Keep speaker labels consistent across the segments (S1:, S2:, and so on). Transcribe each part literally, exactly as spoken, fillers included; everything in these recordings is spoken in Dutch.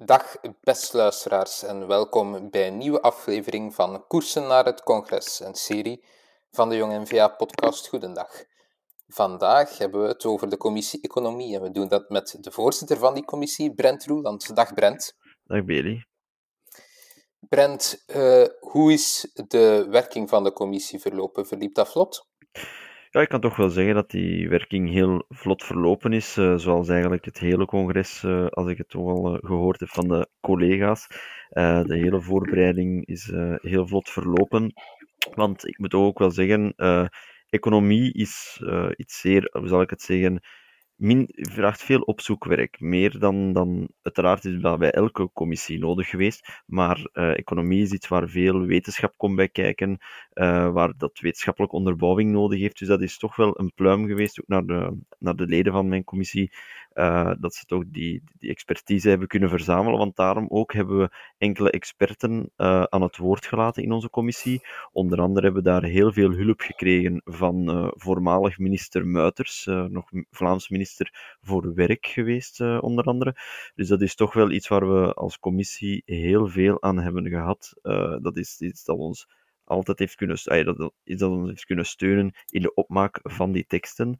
S1: Dag beste luisteraars en welkom bij een nieuwe aflevering van Koersen naar het Congres, een serie van de Jong N V A-podcast Goedendag. Vandaag hebben we het over de commissie Economie en we doen dat met de voorzitter van die commissie, Brent Roeland. Dag Brent.
S2: Dag Beli.
S1: Brent, uh, hoe is de werking van de commissie verlopen? Verliep dat vlot?
S2: Ja, ik kan toch wel zeggen dat die werking heel vlot verlopen is, uh, zoals eigenlijk het hele congres, uh, als ik het toch al uh, gehoord heb van de collega's. Uh, de hele voorbereiding is uh, heel vlot verlopen, want ik moet ook wel zeggen, uh, economie is uh, iets zeer, hoe zal ik het zeggen, min, vraagt veel opzoekwerk. Meer dan, dan uiteraard is dat bij elke commissie nodig geweest. Maar uh, economie is iets waar veel wetenschap komt bij kijken, uh, waar dat wetenschappelijke onderbouwing nodig heeft. Dus dat is toch wel een pluim geweest, ook naar de, naar de leden van mijn commissie, uh, dat ze toch die, die expertise hebben kunnen verzamelen. Want daarom ook hebben we enkele experten uh, aan het woord gelaten in onze commissie. Onder andere hebben we daar heel veel hulp gekregen van uh, voormalig minister Muiters, uh, nog Vlaams minister voor werk geweest, uh, onder andere. Dus dat is toch wel iets waar we als commissie heel veel aan hebben gehad. Uh, dat is iets dat ons altijd heeft kunnen, uh, dat iets dat ons heeft kunnen steunen in de opmaak van die teksten.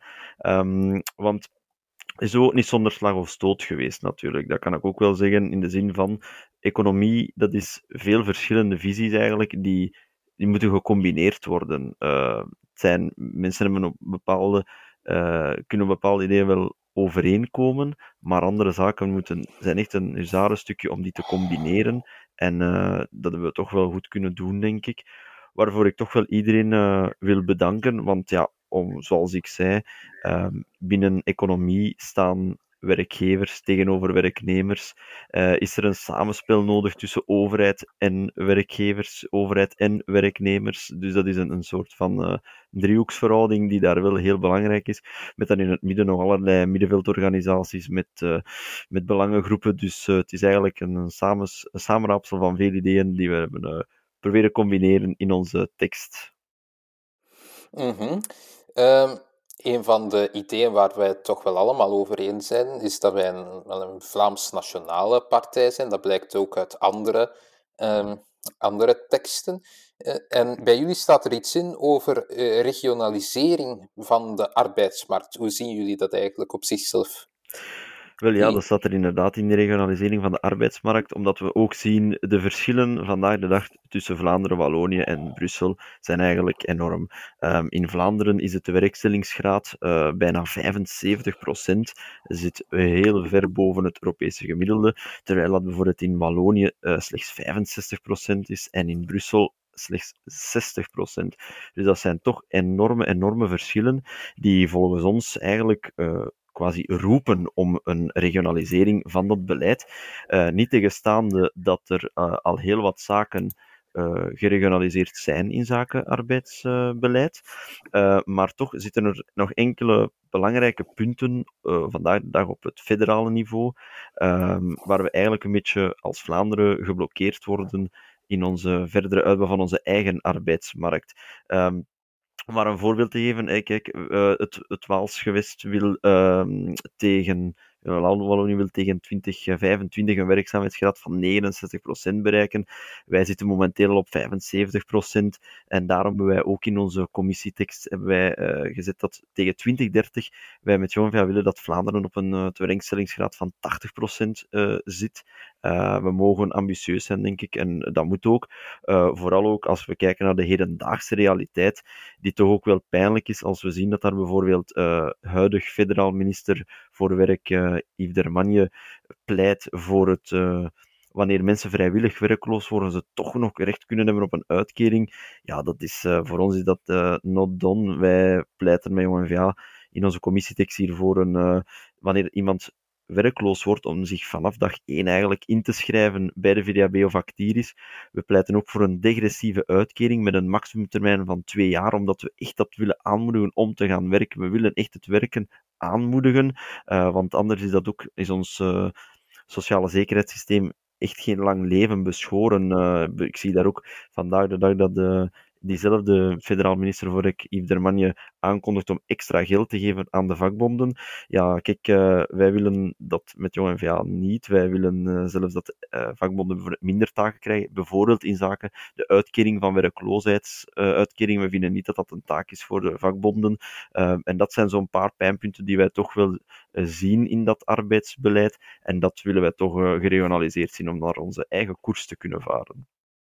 S2: Um, want het is ook niet zonder slag of stoot geweest, natuurlijk. Dat kan ik ook wel zeggen, in de zin van economie, dat is veel verschillende visies eigenlijk, die, die moeten gecombineerd worden. Uh, het zijn, mensen hebben op bepaalde Uh, kunnen bepaalde ideeën wel overeenkomen, maar andere zaken moeten, zijn echt een huzarenstukje om die te combineren. En uh, dat hebben we toch wel goed kunnen doen, denk ik. Waarvoor ik toch wel iedereen uh, wil bedanken, want ja, om, zoals ik zei, uh, binnen economie staan werkgevers tegenover werknemers. Uh, is er een samenspel nodig tussen overheid en werkgevers, overheid en werknemers. Dus dat is een, een soort van uh, driehoeksverhouding die daar wel heel belangrijk is. Met dan in het midden nog allerlei middenveldorganisaties met, uh, met belangengroepen. Dus uh, het is eigenlijk een, een, samens, een samenraapsel van veel ideeën die we hebben uh, proberen combineren in onze tekst.
S1: Mm-hmm. Um... Een van de ideeën waar wij het toch wel allemaal over eens zijn, is dat wij een, wel een Vlaams nationale partij zijn. Dat blijkt ook uit andere, um, andere teksten. Uh, en bij jullie staat er iets in over uh, regionalisering van de arbeidsmarkt. Hoe zien jullie dat eigenlijk op zichzelf?
S2: Wel ja, dat staat er inderdaad in de regionalisering van de arbeidsmarkt, omdat we ook zien de verschillen vandaag de dag tussen Vlaanderen, Wallonië en Brussel zijn eigenlijk enorm. Um, in Vlaanderen is het de werkstellingsgraad uh, bijna vijfenzeventig procent, zit heel ver boven het Europese gemiddelde, terwijl dat bijvoorbeeld in Wallonië uh, slechts vijfenzestig procent is en in Brussel slechts zestig procent. Dus dat zijn toch enorme, enorme verschillen die volgens ons eigenlijk uh, quasi roepen om een regionalisering van dat beleid. Uh, niet tegenstaande dat er uh, al heel wat zaken uh, geregionaliseerd zijn in zaken arbeidsbeleid. Uh, maar toch zitten er nog enkele belangrijke punten uh, vandaag de dag op het federale niveau, uh, waar we eigenlijk een beetje als Vlaanderen geblokkeerd worden in onze verdere uitbouw van onze eigen arbeidsmarkt. Um, Om maar een voorbeeld te geven, kijk, uh, het, het Waals gewest wil uh, tegen, uh, Wallonië wil tegen twintig vijfentwintig een werkzaamheidsgraad van negenenzestig procent bereiken. Wij zitten momenteel al op vijfenzeventig procent en daarom hebben wij ook in onze commissietekst hebben wij, uh, gezet dat tegen twintig dertig wij met Jong N V A willen dat Vlaanderen op een uh, tewerkstellingsgraad van tachtig procent uh, zit. Uh, we mogen ambitieus zijn, denk ik, en dat moet ook. Uh, vooral ook als we kijken naar de hedendaagse realiteit, die toch ook wel pijnlijk is als we zien dat daar bijvoorbeeld uh, huidig federaal minister voor werk uh, Yves Dermagne pleit voor het... Uh, wanneer mensen vrijwillig werkloos worden, ze toch nog recht kunnen hebben op een uitkering. Ja, dat is, uh, voor ons is dat uh, not done. Wij pleiten met Jong N V A in onze commissietekst hiervoor een, uh, wanneer iemand werkloos wordt, om zich vanaf dag één eigenlijk in te schrijven bij de V D A B of Actiris. We pleiten ook voor een degressieve uitkering met een maximumtermijn van twee jaar, omdat we echt dat willen aanmoedigen om te gaan werken. We willen echt het werken aanmoedigen, uh, want anders is dat ook, is ons uh, sociale zekerheidssysteem echt geen lang leven beschoren. Uh, ik zie daar ook vandaag de dag dat de diezelfde federaal minister voor ik, Yves Dermagne, aankondigt om extra geld te geven aan de vakbonden. Ja, kijk, uh, wij willen dat met Jong N V A niet. Wij willen uh, zelfs dat uh, vakbonden minder taken krijgen, bijvoorbeeld in zaken de uitkering van werkloosheidsuitkering. Uh, we vinden niet dat dat een taak is voor de vakbonden. Uh, en dat zijn zo'n paar pijnpunten die wij toch wel uh, zien in dat arbeidsbeleid. En dat willen wij toch uh, geregionaliseerd zien om naar onze eigen koers te kunnen varen.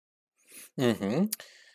S1: Mm-hmm.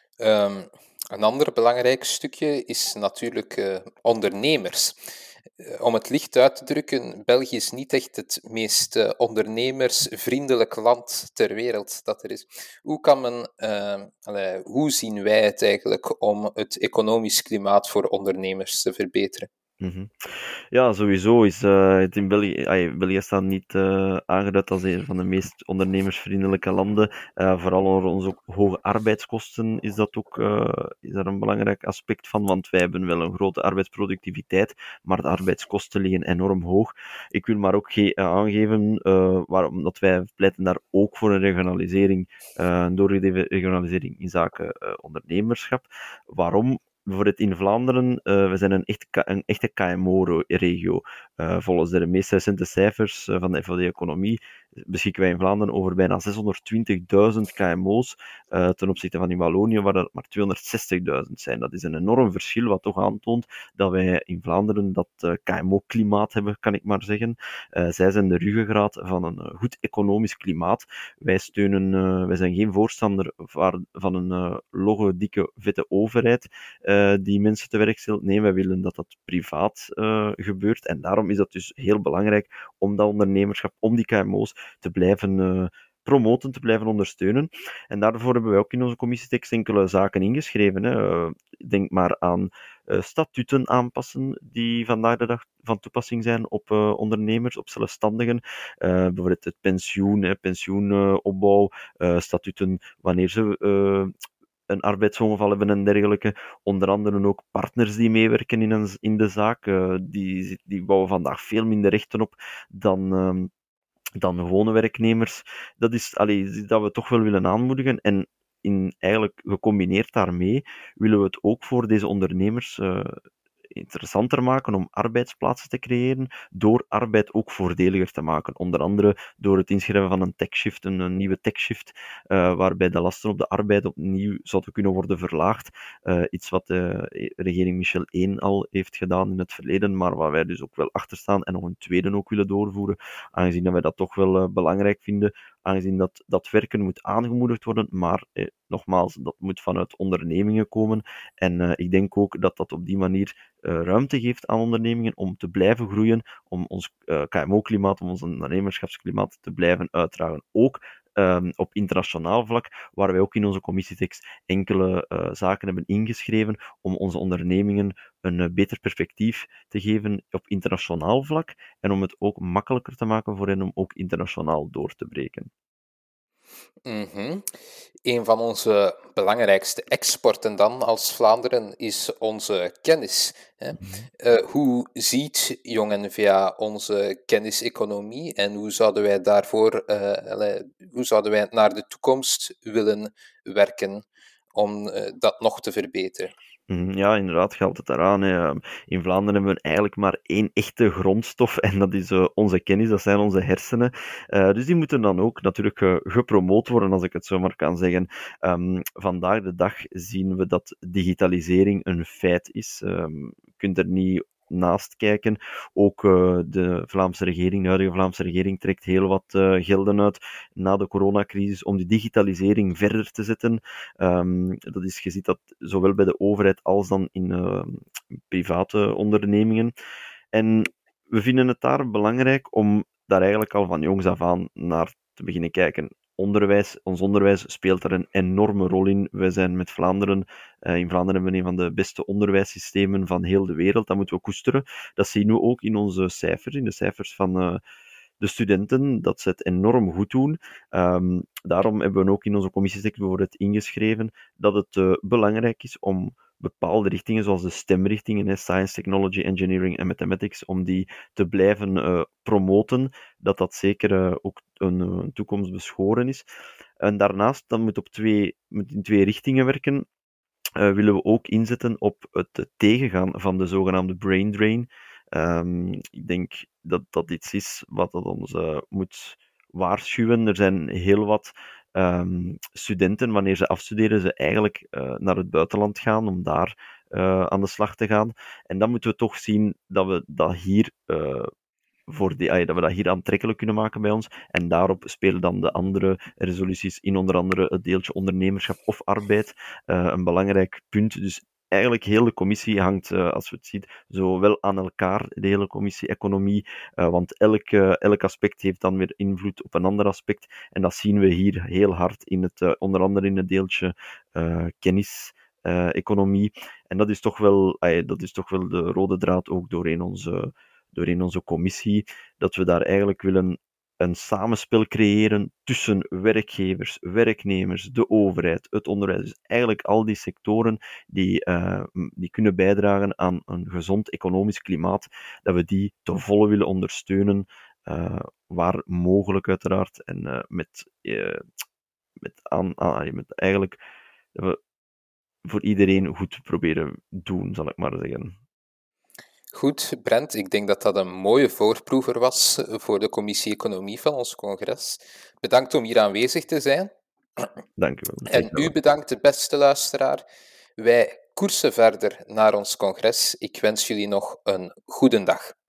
S1: Um, een ander belangrijk stukje is natuurlijk uh, ondernemers. Uh, om het licht uit te drukken, België is niet echt het meest uh, ondernemersvriendelijk land ter wereld dat er is. Hoe kan men, uh, allee, hoe zien wij het eigenlijk om het economisch klimaat voor ondernemers te verbeteren?
S2: Mm-hmm. Ja, sowieso is uh, het in België... Ay, België staat niet uh, aangeduid als een van de meest ondernemersvriendelijke landen. Uh, vooral door onze hoge arbeidskosten is dat ook uh, is daar een belangrijk aspect van, want wij hebben wel een grote arbeidsproductiviteit, maar de arbeidskosten liggen enorm hoog. Ik wil maar ook ge- uh, aangeven, uh, waarom dat wij pleiten daar ook voor een regionalisering, uh, een doorgedreven regionalisering in zaken uh, ondernemerschap. Waarom? Bijvoorbeeld in Vlaanderen, uh, we zijn een, echt, een echte K M O-regio. Uh, volgens de meest recente cijfers uh, van de F V D Economie beschikken wij in Vlaanderen over bijna zeshonderdtwintigduizend K M O's uh, ten opzichte van in Wallonië, waar er maar tweehonderdzestigduizend zijn. Dat is een enorm verschil, wat toch aantoont dat wij in Vlaanderen dat uh, K M O-klimaat hebben, kan ik maar zeggen. Uh, zij zijn de ruggengraat van een uh, goed economisch klimaat. Wij steunen, uh, wij zijn geen voorstander van, van een uh, logge, dikke, vette overheid uh, die mensen te werk stelt. Nee, wij willen dat dat privaat uh, gebeurt. En daarom is dat dus heel belangrijk om dat ondernemerschap, om die K M O's te blijven uh, promoten, te blijven ondersteunen. En daarvoor hebben wij ook in onze commissietekst enkele zaken ingeschreven. Hè. Uh, denk maar aan uh, statuten aanpassen die vandaag de dag van toepassing zijn op uh, ondernemers, op zelfstandigen. Uh, bijvoorbeeld het pensioen, hè, pensioenopbouw, uh, statuten wanneer ze... Uh, een arbeidsongeval hebben en dergelijke. Onder andere ook partners die meewerken in, een, in de zaak. Uh, die, die bouwen vandaag veel minder rechten op dan, uh, dan gewone werknemers. Dat is allee, dat we toch wel willen aanmoedigen. En in, eigenlijk gecombineerd daarmee willen we het ook voor deze ondernemers uh, interessanter maken om arbeidsplaatsen te creëren, door arbeid ook voordeliger te maken. Onder andere door het inschrijven van een taxshift, een, een nieuwe taxshift, uh, waarbij de lasten op de arbeid opnieuw zouden kunnen worden verlaagd. Uh, iets wat de regering Michel één al heeft gedaan in het verleden, maar waar wij dus ook wel achter staan en nog een tweede ook willen doorvoeren, aangezien dat wij dat toch wel uh, belangrijk vinden, aangezien dat, dat werken moet aangemoedigd worden, maar eh, nogmaals, dat moet vanuit ondernemingen komen. En uh, ik denk ook dat dat op die manier uh, ruimte geeft aan ondernemingen om te blijven groeien, om ons uh, K M O-klimaat, om ons ondernemerschapsklimaat te blijven uitdragen. Ook um, op internationaal vlak, waar wij ook in onze commissietekst enkele uh, zaken hebben ingeschreven om onze ondernemingen een uh, beter perspectief te geven op internationaal vlak en om het ook makkelijker te maken voor hen om ook internationaal door te breken.
S1: Mm-hmm. Een van onze belangrijkste exporten dan als Vlaanderen is onze kennis. Hè?
S2: Mm-hmm.
S1: Uh, hoe ziet Jong N V A onze kenniseconomie en hoe zouden wij daarvoor, uh, allee, hoe zouden wij naar de toekomst willen werken om uh, dat nog te verbeteren?
S2: Ja, inderdaad geldt het daaraan. Hè. In Vlaanderen hebben we eigenlijk maar één echte grondstof en dat is uh, onze kennis, dat zijn onze hersenen. Uh, dus die moeten dan ook natuurlijk uh, gepromoot worden, als ik het zo maar kan zeggen. Um, vandaag de dag zien we dat digitalisering een feit is. Um, je kunt er niet naast kijken. Ook uh, de Vlaamse regering, de huidige Vlaamse regering, trekt heel wat uh, gelden uit na de coronacrisis om die digitalisering verder te zetten. Um, dat is, je ziet dat zowel bij de overheid als dan in uh, private ondernemingen. En we vinden het daar belangrijk om daar eigenlijk al van jongs af aan naar te beginnen kijken. Onderwijs, ons onderwijs speelt daar een enorme rol in. Wij zijn met Vlaanderen, uh, in Vlaanderen hebben we een van de beste onderwijssystemen van heel de wereld. Dat moeten we koesteren. Dat zien we ook in onze cijfers, in de cijfers van uh, de studenten, dat ze het enorm goed doen. Um, daarom hebben we ook in onze commissietekst bijvoorbeeld ingeschreven dat het uh, belangrijk is om bepaalde richtingen, zoals de STEM-richtingen, hè, Science, Technology, Engineering en Mathematics, om die te blijven uh, promoten, dat dat zeker uh, ook een, een toekomst beschoren is. En daarnaast, dan moet, op twee, moet in twee richtingen werken. uh, willen we ook inzetten op het tegengaan van de zogenaamde brain drain. Um, ik denk dat dat iets is wat dat ons uh, moet waarschuwen. Er zijn heel wat um, studenten, wanneer ze afstuderen, ze eigenlijk uh, naar het buitenland gaan om daar uh, aan de slag te gaan. En dan moeten we toch zien dat we dat hier... Uh, voor die, dat we dat hier aantrekkelijk kunnen maken bij ons. En daarop spelen dan de andere resoluties in, onder andere het deeltje ondernemerschap of arbeid, uh, een belangrijk punt. Dus eigenlijk heel de commissie hangt, uh, als we het zien, zo wel aan elkaar, de hele commissie economie, uh, want elk, uh, elk aspect heeft dan weer invloed op een ander aspect. En dat zien we hier heel hard, in het, uh, onder andere in het deeltje uh, kennis. Uh, economie. En dat is toch wel, uh, dat is toch wel de rode draad ook doorheen onze doorheen onze commissie, dat we daar eigenlijk willen een samenspel creëren tussen werkgevers, werknemers, de overheid, het onderwijs. Dus eigenlijk al die sectoren die, uh, die kunnen bijdragen aan een gezond economisch klimaat, dat we die ten volle willen ondersteunen, uh, waar mogelijk uiteraard, en uh, met, uh, met, aan, aan, met eigenlijk dat we voor iedereen goed proberen doen, zal ik maar zeggen.
S1: Goed, Brent, ik denk dat dat een mooie voorproever was voor de commissie Economie van ons congres. Bedankt om hier aanwezig te zijn.
S2: Dank u wel.
S1: En u bedankt, de beste luisteraar. Wij koersen verder naar ons congres. Ik wens jullie nog een goede dag.